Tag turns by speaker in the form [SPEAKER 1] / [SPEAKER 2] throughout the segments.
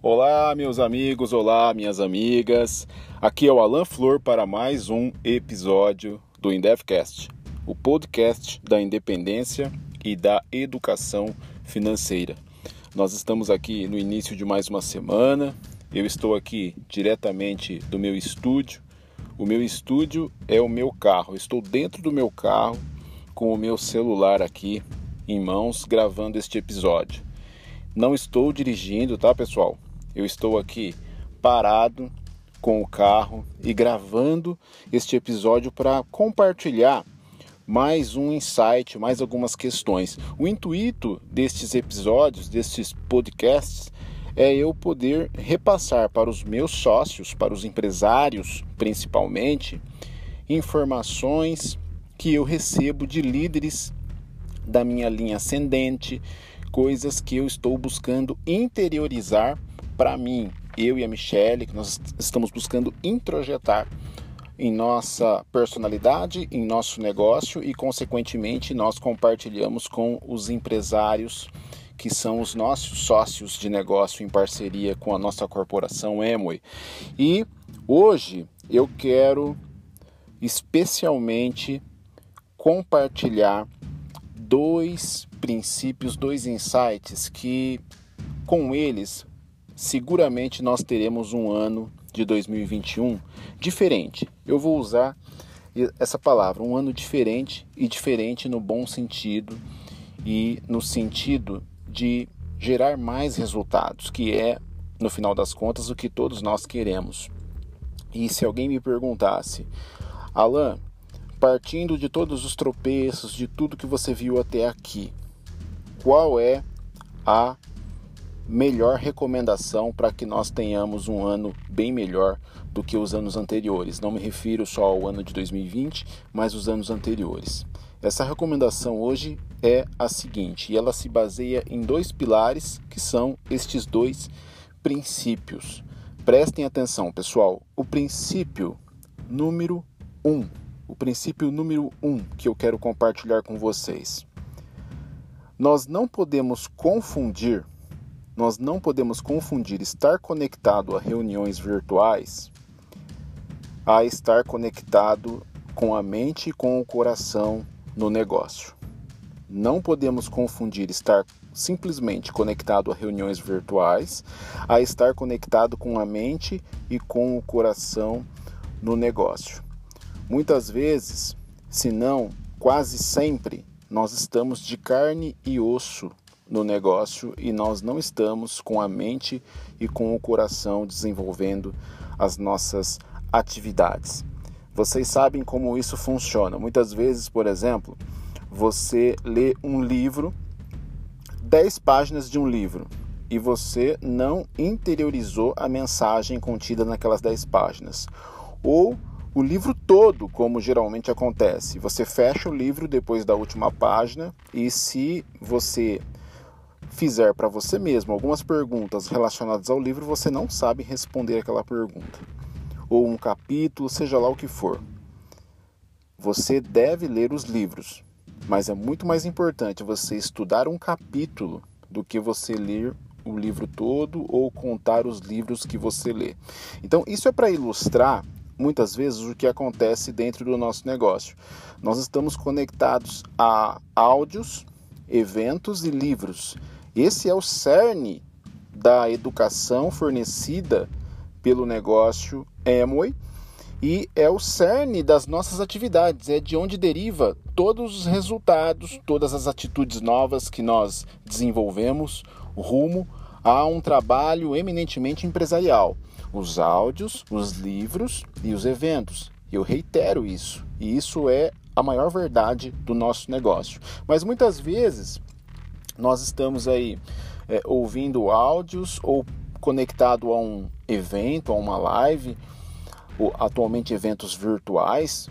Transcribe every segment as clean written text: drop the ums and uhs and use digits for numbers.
[SPEAKER 1] Olá, meus amigos, olá, minhas amigas. Aqui é o Alan Flor para mais um episódio do IndevCast, o podcast da independência e da educação financeira. Nós estamos aqui no início de mais uma semana. Eu estou aqui diretamente do meu estúdio. O meu estúdio é o meu carro. Eu estou dentro do meu carro com o meu celular aqui em mãos gravando este episódio. Não estou dirigindo, tá, pessoal? Eu estou aqui parado com o carro e gravando este episódio para compartilhar mais um insight, mais algumas questões. O intuito destes episódios, destes podcasts, é eu poder repassar para os meus sócios, para os empresários principalmente, informações que eu recebo de líderes da minha linha ascendente, coisas que eu estou buscando interiorizar para mim, eu e a Michele, que nós estamos buscando introjetar em nossa personalidade, em nosso negócio e, consequentemente, nós compartilhamos com os empresários que são os nossos sócios de negócio em parceria com a nossa corporação Amway. E hoje eu quero especialmente compartilhar dois princípios, dois insights que com eles seguramente nós teremos um ano de 2021 diferente. Eu vou usar essa palavra, um ano diferente, e diferente no bom sentido e no sentido de gerar mais resultados, que é, no final das contas, o que todos nós queremos. E se alguém me perguntasse, Alan, partindo de todos os tropeços, de tudo que você viu até aqui, qual é a melhor recomendação para que nós tenhamos um ano bem melhor do que os anos anteriores? Não me refiro só ao ano de 2020, mas os anos anteriores. Essa recomendação hoje é a seguinte, e ela se baseia em dois pilares, que são estes dois princípios. Prestem atenção, pessoal. O princípio número 1, que eu quero compartilhar com vocês. Nós não podemos confundir estar conectado a reuniões virtuais a estar conectado com a mente e com o coração no negócio. Não podemos confundir estar simplesmente conectado a reuniões virtuais a estar conectado com a mente e com o coração no negócio. Muitas vezes, se não quase sempre, nós estamos de carne e osso no negócio e nós não estamos com a mente e com o coração desenvolvendo as nossas atividades. Vocês sabem como isso funciona. Muitas vezes, por exemplo, você lê um livro, 10 páginas de um livro, e você não interiorizou a mensagem contida naquelas 10 páginas. Ou o livro todo, como geralmente acontece. Você fecha o livro depois da última página e se você fizer para você mesmo algumas perguntas relacionadas ao livro, você não sabe responder aquela pergunta. Ou um capítulo, seja lá o que for. Você deve ler os livros, mas é muito mais importante você estudar um capítulo do que você ler o livro todo ou contar os livros que você lê. Então, isso é para ilustrar muitas vezes o que acontece dentro do nosso negócio. Nós estamos conectados a áudios, eventos e livros. Esse é o cerne da educação fornecida pelo negócio Amway e é o cerne das nossas atividades, é de onde deriva todos os resultados, todas as atitudes novas que nós desenvolvemos rumo a um trabalho eminentemente empresarial. Os áudios, os livros e os eventos. Eu reitero isso, e isso é a maior verdade do nosso negócio. Mas muitas vezes nós estamos aí ouvindo áudios ou conectado a um evento, a uma live, ou atualmente eventos virtuais,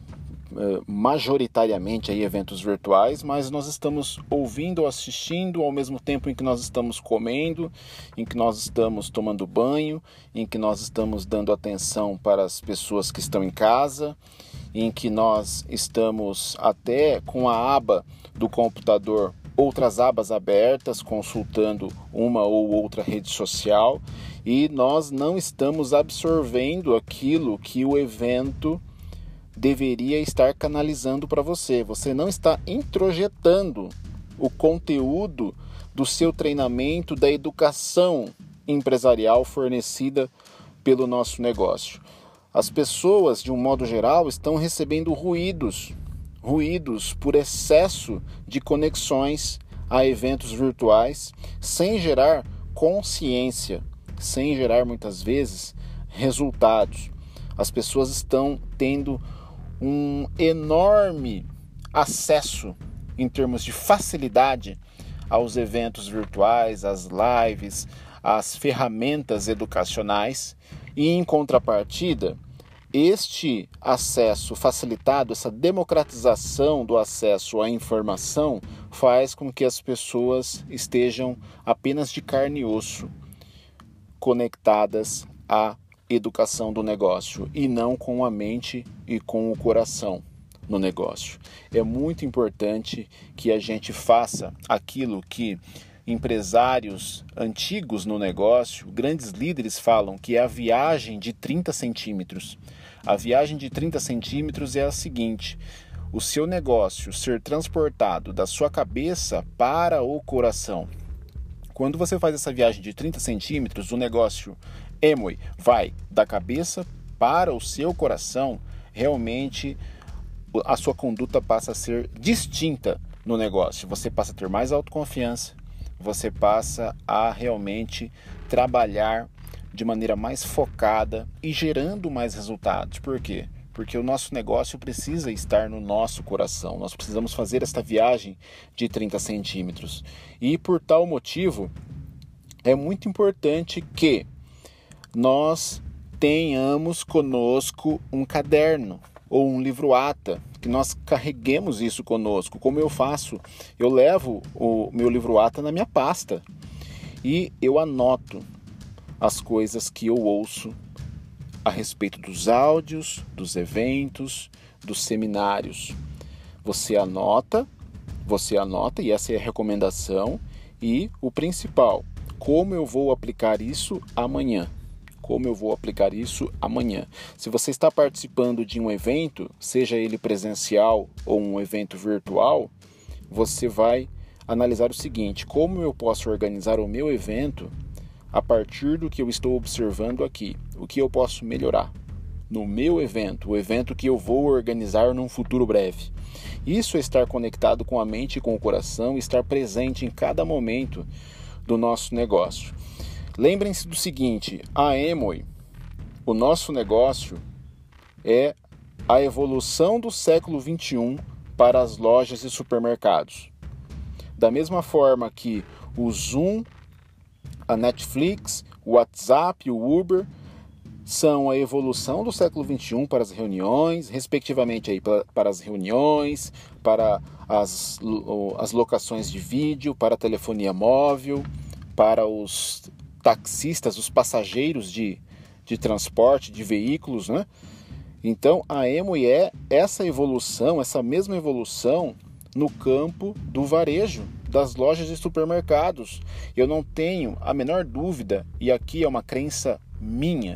[SPEAKER 1] majoritariamente aí eventos virtuais, mas nós estamos ouvindo ou assistindo ao mesmo tempo em que nós estamos comendo, em que nós estamos tomando banho, em que nós estamos dando atenção para as pessoas que estão em casa, em que nós estamos até com a aba do computador outras abas abertas, consultando uma ou outra rede social, e nós não estamos absorvendo aquilo que o evento deveria estar canalizando para você. Você não está introjetando o conteúdo do seu treinamento, da educação empresarial fornecida pelo nosso negócio. As pessoas, de um modo geral, estão recebendo ruídos por excesso de conexões a eventos virtuais, sem gerar consciência, sem gerar muitas vezes resultados. As pessoas estão tendo um enorme acesso em termos de facilidade aos eventos virtuais, às lives, às ferramentas educacionais, e em contrapartida, este acesso facilitado, essa democratização do acesso à informação, faz com que as pessoas estejam apenas de carne e osso conectadas à educação do negócio e não com a mente e com o coração no negócio. É muito importante que a gente faça aquilo que empresários antigos no negócio, grandes líderes falam, que é a viagem de 30 centímetros. A viagem de 30 centímetros é a seguinte: o seu negócio ser transportado da sua cabeça para o coração. Quando você faz essa viagem de 30 centímetros, o negócio Amway vai da cabeça para o seu coração, realmente a sua conduta passa a ser distinta no negócio. Você passa a ter mais autoconfiança, você passa a realmente trabalhar de maneira mais focada e gerando mais resultados. Por quê? Porque o nosso negócio precisa estar no nosso coração. Nós precisamos fazer esta viagem de 30 centímetros. E por tal motivo, é muito importante que nós tenhamos conosco um caderno ou um livro-ata, que nós carreguemos isso conosco. Como eu faço? Eu levo o meu livro-ata na minha pasta e eu anoto as coisas que eu ouço a respeito dos áudios, dos eventos, dos seminários. Você anota, e essa é a recomendação. E o principal, como eu vou aplicar isso amanhã? Se você está participando de um evento, seja ele presencial ou um evento virtual, você vai analisar o seguinte: como eu posso organizar o meu evento a partir do que eu estou observando aqui? O que eu posso melhorar no meu evento, o evento que eu vou organizar num futuro breve? Isso é estar conectado com a mente e com o coração, estar presente em cada momento do nosso negócio. Lembrem-se do seguinte: a Amway, o nosso negócio, é a evolução do século XXI para as lojas e supermercados. Da mesma forma que o Zoom, a Netflix, o WhatsApp e o Uber são a evolução do século XXI para as reuniões, respectivamente aí, para as reuniões, para as locações de vídeo, para a telefonia móvel, para os taxistas, os passageiros de transporte, de veículos, né? Então, a Amway é essa evolução, essa mesma evolução no campo do varejo, das lojas e supermercados. Eu não tenho a menor dúvida, e aqui é uma crença minha,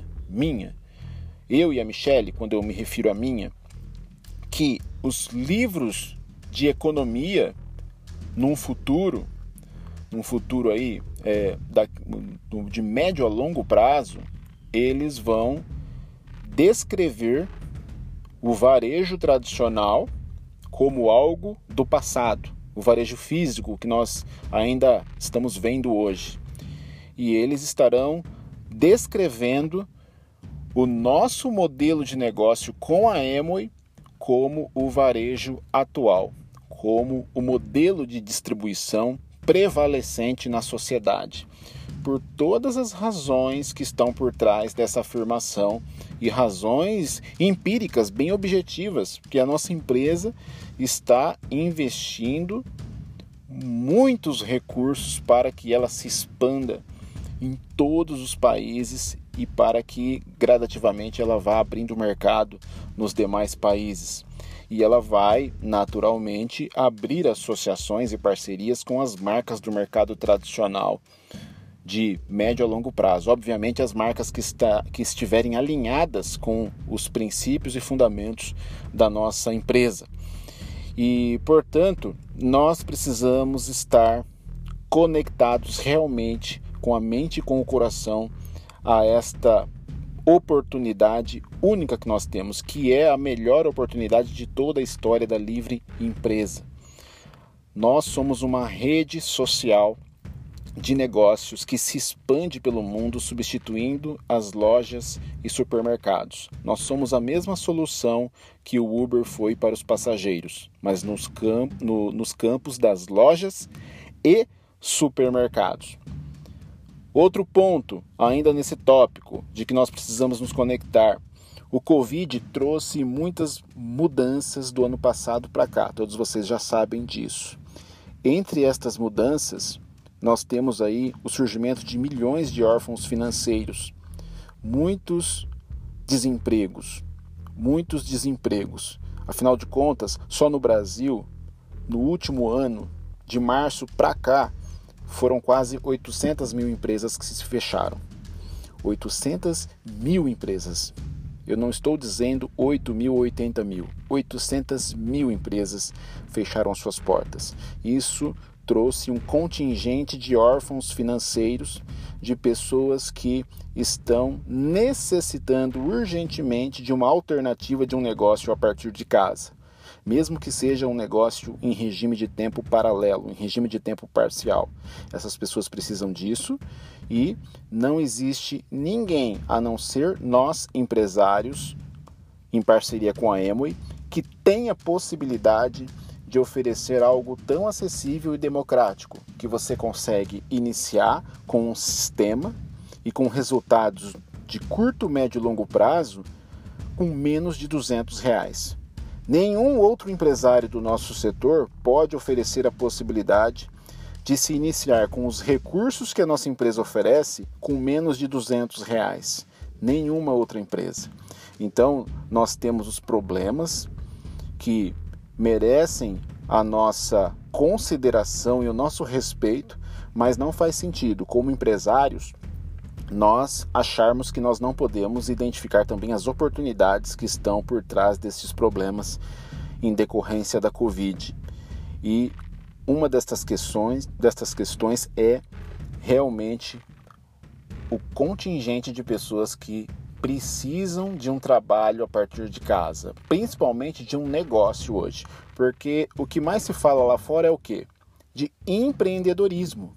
[SPEAKER 1] eu e a Michele, quando eu me refiro a minha, que os livros de economia, num futuro aí, de médio a longo prazo, eles vão descrever o varejo tradicional como algo do passado, o varejo físico que nós ainda estamos vendo hoje. E eles estarão descrevendo o nosso modelo de negócio com a Amway como o varejo atual, como o modelo de distribuição prevalecente na sociedade, por todas as razões que estão por trás dessa afirmação e razões empíricas bem objetivas, porque a nossa empresa está investindo muitos recursos para que ela se expanda em todos os países e para que gradativamente ela vá abrindo mercado nos demais países. e ela vai, naturalmente, abrir associações e parcerias com as marcas do mercado tradicional de médio a longo prazo. Obviamente, as marcas que estiverem alinhadas com os princípios e fundamentos da nossa empresa. E, portanto, nós precisamos estar conectados realmente com a mente e com o coração a esta oportunidade única que nós temos, que é a melhor oportunidade de toda a história da livre empresa. Nós somos uma rede social de negócios que se expande pelo mundo, substituindo as lojas e supermercados. Nós somos a mesma solução que o Uber foi para os passageiros, mas nos campos das lojas e supermercados. Outro ponto, ainda nesse tópico, de que nós precisamos nos conectar. O Covid trouxe muitas mudanças do ano passado para cá, todos vocês já sabem disso. Entre estas mudanças, nós temos aí o surgimento de milhões de órfãos financeiros, muitos desempregos. Afinal de contas, só no Brasil, no último ano, de março para cá, foram quase 800 mil empresas que se fecharam. 800 mil empresas. Eu não estou dizendo 8 mil ou 80 mil. 800 mil empresas fecharam suas portas. Isso trouxe um contingente de órfãos financeiros, de pessoas que estão necessitando urgentemente de uma alternativa de um negócio a partir de casa. Mesmo que seja um negócio em regime de tempo paralelo, em regime de tempo parcial. Essas pessoas precisam disso e não existe ninguém, a não ser nós, empresários, em parceria com a Amway, que tenha possibilidade de oferecer algo tão acessível e democrático, que você consegue iniciar com um sistema e com resultados de curto, médio e longo prazo com menos de R$200. Nenhum outro empresário do nosso setor pode oferecer a possibilidade de se iniciar com os recursos que a nossa empresa oferece com menos de R$200. Nenhuma outra empresa. Então, nós temos os problemas que merecem a nossa consideração e o nosso respeito, mas não faz sentido, como empresários, nós acharmos que nós não podemos identificar também as oportunidades que estão por trás desses problemas em decorrência da Covid. E uma destas questões é realmente o contingente de pessoas que precisam de um trabalho a partir de casa, principalmente de um negócio hoje, porque o que mais se fala lá fora é o quê? De empreendedorismo.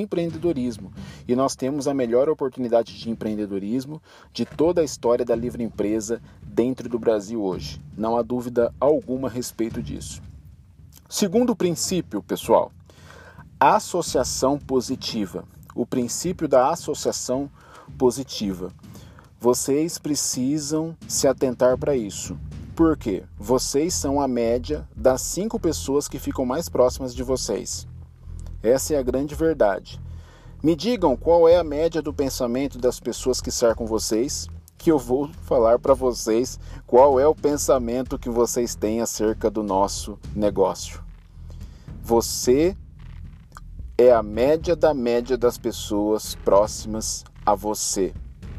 [SPEAKER 1] E nós temos a melhor oportunidade de empreendedorismo de toda a história da livre empresa dentro do Brasil hoje. Não há dúvida alguma a respeito disso. Segundo princípio, pessoal, associação positiva. O princípio da associação positiva. Vocês precisam se atentar para isso. Por quê? Vocês são a média das 5 pessoas que ficam mais próximas de vocês. Essa é a grande verdade. Me digam qual é a média do pensamento das pessoas que cercam vocês, que eu vou falar para vocês qual é o pensamento que vocês têm acerca do nosso negócio. Você é a média da média das pessoas próximas a você.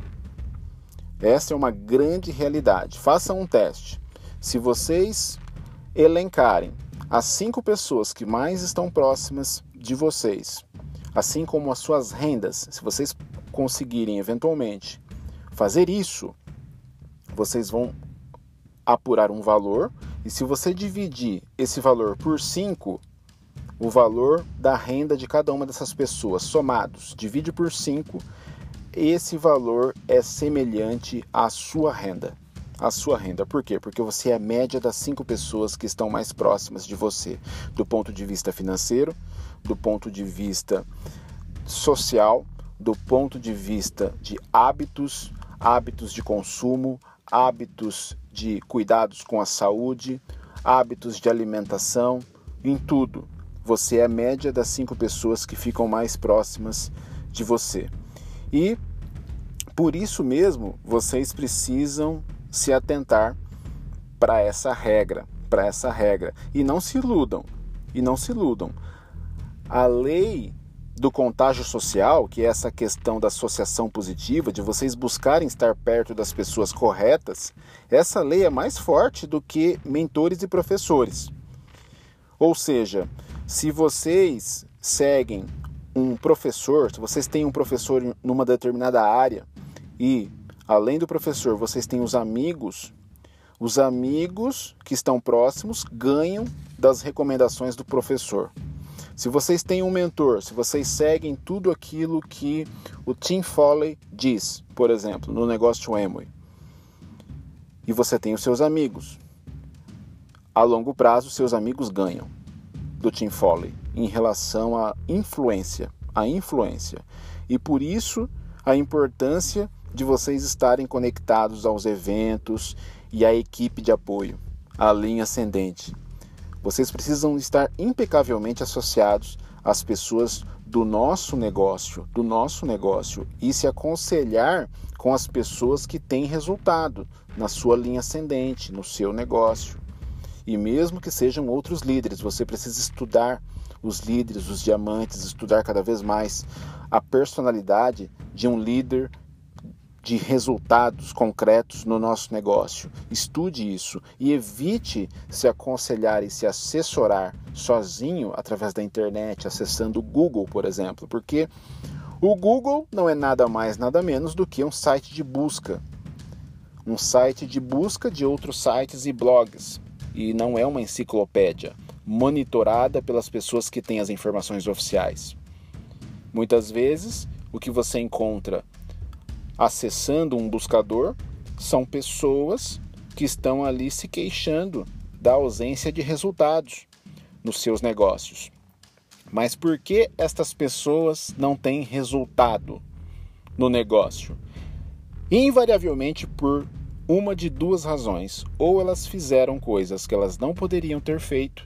[SPEAKER 1] Essa é uma grande realidade. Façam um teste. Se vocês elencarem as 5 pessoas que mais estão próximas de vocês, assim como as suas rendas, se vocês conseguirem eventualmente fazer isso, vocês vão apurar um valor, e se você dividir esse valor por 5, o valor da renda de cada uma dessas pessoas somados, divide por 5, esse valor é semelhante à sua renda. Por quê? Porque você é a média das 5 pessoas que estão mais próximas de você, do ponto de vista financeiro, do ponto de vista social, do ponto de vista de hábitos de consumo, hábitos de cuidados com a saúde, hábitos de alimentação, em tudo. Você é a média das 5 pessoas que ficam mais próximas de você. E, por isso mesmo, vocês precisam se atentar para essa regra, para essa regra. E não se iludam. A lei do contágio social, que é essa questão da associação positiva, de vocês buscarem estar perto das pessoas corretas, essa lei é mais forte do que mentores e professores. Ou seja, se vocês seguem um professor, se vocês têm um professor numa determinada área e, além do professor, vocês têm os amigos que estão próximos ganham das recomendações do professor. Se vocês têm um mentor, se vocês seguem tudo aquilo que o Tim Foley diz, por exemplo, no negócio Amway, e você tem os seus amigos, a longo prazo seus amigos ganham do Tim Foley em relação à influência. E por isso a importância de vocês estarem conectados aos eventos e à equipe de apoio, à linha ascendente. Vocês precisam estar impecavelmente associados às pessoas do nosso negócio e se aconselhar com as pessoas que têm resultado na sua linha ascendente, no seu negócio. E mesmo que sejam outros líderes, você precisa estudar os líderes, os diamantes, estudar cada vez mais a personalidade de um líder de resultados concretos no nosso negócio. Estude isso e evite se aconselhar e se assessorar sozinho através da internet, acessando o Google, por exemplo, porque o Google não é nada mais, nada menos do que um site de busca. Um site de busca de outros sites e blogs. E não é uma enciclopédia monitorada pelas pessoas que têm as informações oficiais. Muitas vezes, o que você encontra acessando um buscador são pessoas que estão ali se queixando da ausência de resultados nos seus negócios. Mas por que estas pessoas não têm resultado no negócio? Invariavelmente por uma de duas razões. Ou elas fizeram coisas que elas não poderiam ter feito,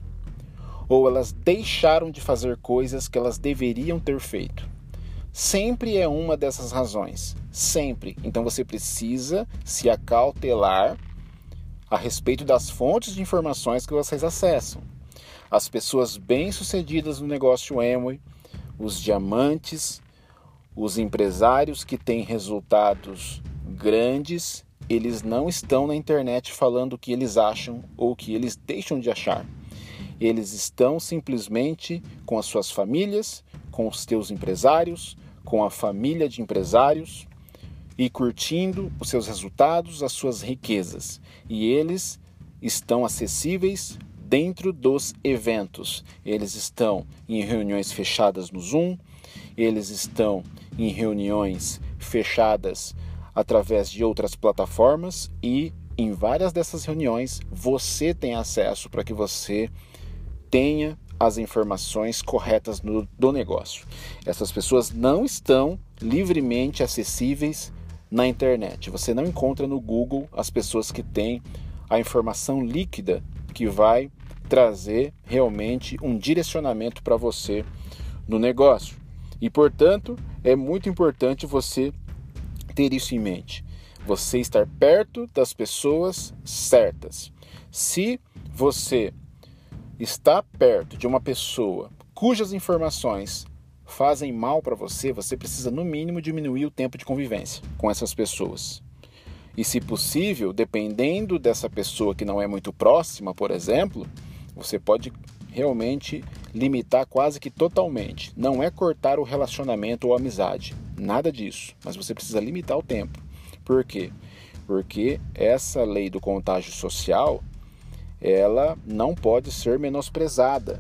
[SPEAKER 1] ou elas deixaram de fazer coisas que elas deveriam ter feito. Sempre é uma dessas razões. Sempre. Então você precisa se acautelar a respeito das fontes de informações que vocês acessam. As pessoas bem-sucedidas no negócio Amway, os diamantes, os empresários que têm resultados grandes, eles não estão na internet falando o que eles acham ou o que eles deixam de achar. Eles estão simplesmente com as suas famílias, com os teus empresários, com a família de empresários e curtindo os seus resultados, as suas riquezas. E eles estão acessíveis dentro dos eventos. Eles estão em reuniões fechadas no Zoom, eles estão em reuniões fechadas através de outras plataformas e em várias dessas reuniões você tem acesso para que você tenha as informações corretas do negócio. Essas pessoas não estão livremente acessíveis na internet. Você não encontra no Google as pessoas que têm a informação líquida que vai trazer realmente um direcionamento para você no negócio. E, portanto, é muito importante você ter isso em mente. Você estar perto das pessoas certas. Se você está perto de uma pessoa cujas informações fazem mal para você, você precisa no mínimo diminuir o tempo de convivência com essas pessoas. E se possível, dependendo dessa pessoa que não é muito próxima, por exemplo, você pode realmente limitar quase que totalmente. Não é cortar o relacionamento ou a amizade, nada disso, mas você precisa limitar o tempo. Por quê? Porque essa lei do contágio social, ela não pode ser menosprezada.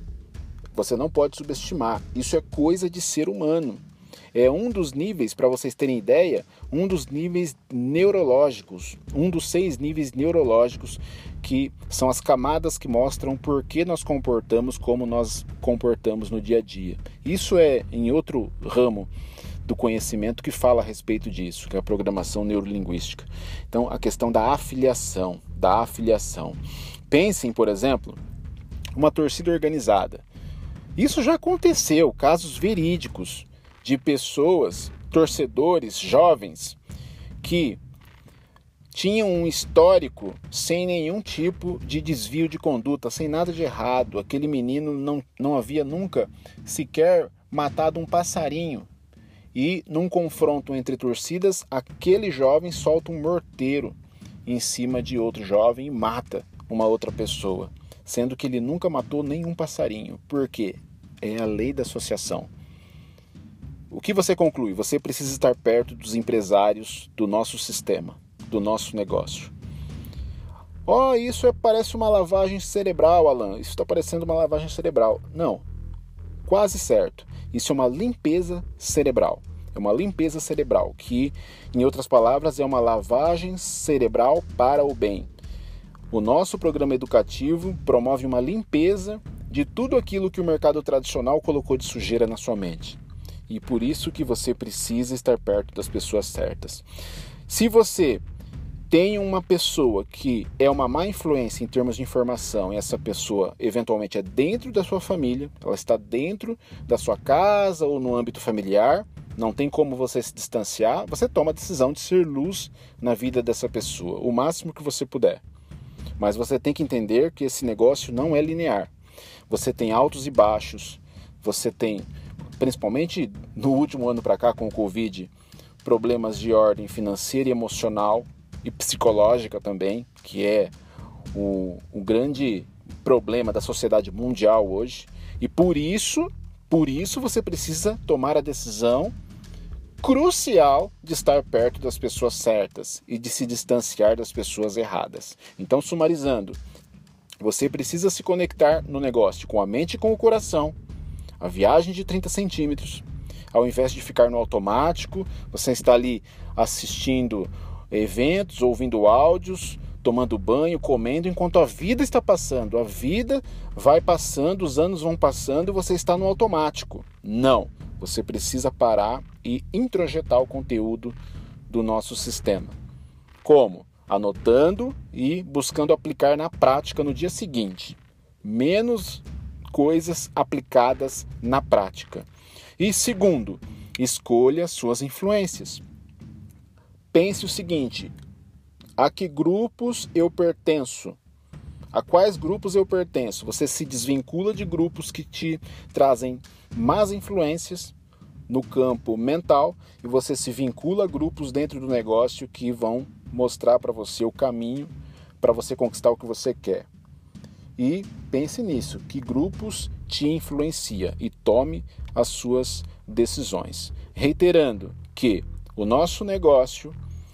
[SPEAKER 1] Você não pode subestimar. Isso é coisa de ser humano. É um dos níveis, para vocês terem ideia, um dos níveis neurológicos, um dos 6 níveis neurológicos que são as camadas que mostram por que nós comportamos como nós comportamos no dia a dia. Isso é em outro ramo do conhecimento que fala a respeito disso, que é a programação neurolinguística. Então, a questão da afiliação. Pensem, por exemplo, uma torcida organizada. Isso já aconteceu, casos verídicos de pessoas, torcedores, jovens, que tinham um histórico sem nenhum tipo de desvio de conduta, sem nada de errado. Aquele menino não havia nunca sequer matado um passarinho. E num confronto entre torcidas, aquele jovem solta um morteiro em cima de outro jovem e mata uma outra pessoa, sendo que ele nunca matou nenhum passarinho. Por quê? É a lei da associação. O que você conclui? Você precisa estar perto dos empresários do nosso sistema, do nosso negócio. Isso parece uma lavagem cerebral, Alan. Isso está parecendo uma lavagem cerebral. Não, quase certo. Isso é uma limpeza cerebral. É uma limpeza cerebral, que, em outras palavras, é uma lavagem cerebral para o bem. O nosso programa educativo promove uma limpeza de tudo aquilo que o mercado tradicional colocou de sujeira na sua mente. E por isso que você precisa estar perto das pessoas certas. Se você tem uma pessoa que é uma má influência em termos de informação, e essa pessoa eventualmente é dentro da sua família, ela está dentro da sua casa ou no âmbito familiar, não tem como você se distanciar, você toma a decisão de ser luz na vida dessa pessoa, o máximo que você puder. Mas você tem que entender que esse negócio não é linear. Você tem altos e baixos, você tem, principalmente no último ano para cá com o Covid, problemas de ordem financeira e emocional e psicológica também, que é o grande problema da sociedade mundial hoje. E por isso você precisa tomar a decisão crucial de estar perto das pessoas certas e de se distanciar das pessoas erradas. Então, sumarizando, você precisa se conectar no negócio com a mente e com o coração. A viagem de 30 centímetros, ao invés de ficar no automático, você está ali assistindo eventos, ouvindo áudios, tomando banho, comendo, enquanto a vida está passando. A vida vai passando, os anos vão passando e você está no automático. Não, você precisa parar e introjetar o conteúdo do nosso sistema. Como? Anotando e buscando aplicar na prática no dia seguinte. Menos coisas aplicadas na prática. E segundo, escolha suas influências. Pense o seguinte: a que grupos eu pertenço? A quais grupos eu pertenço? Você se desvincula de grupos que te trazem más influências no campo mental e você se vincula a grupos dentro do negócio que vão mostrar para você o caminho para você conquistar o que você quer. E pense nisso, que grupos te influenciam e tome as suas decisões. Reiterando que o nosso negócio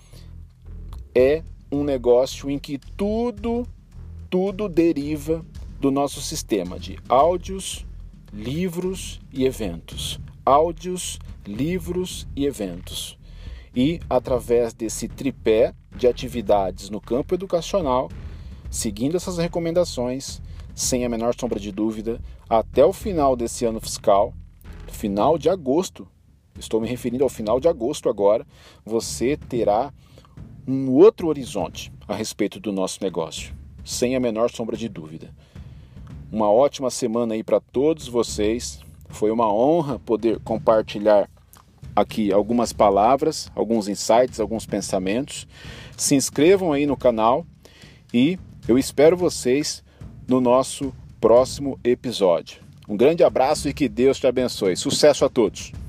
[SPEAKER 1] é um negócio em que tudo deriva do nosso sistema de áudios, livros e eventos. Áudios, livros e eventos. E através desse tripé de atividades no campo educacional, seguindo essas recomendações, sem a menor sombra de dúvida, até o final desse ano fiscal, final de agosto, estou me referindo ao final de agosto agora, você terá um outro horizonte a respeito do nosso negócio, sem a menor sombra de dúvida. Uma ótima semana aí para todos vocês. Foi uma honra poder compartilhar aqui algumas palavras, alguns insights, alguns pensamentos. Se inscrevam aí no canal e eu espero vocês no nosso próximo episódio. Um grande abraço e que Deus te abençoe. Sucesso a todos!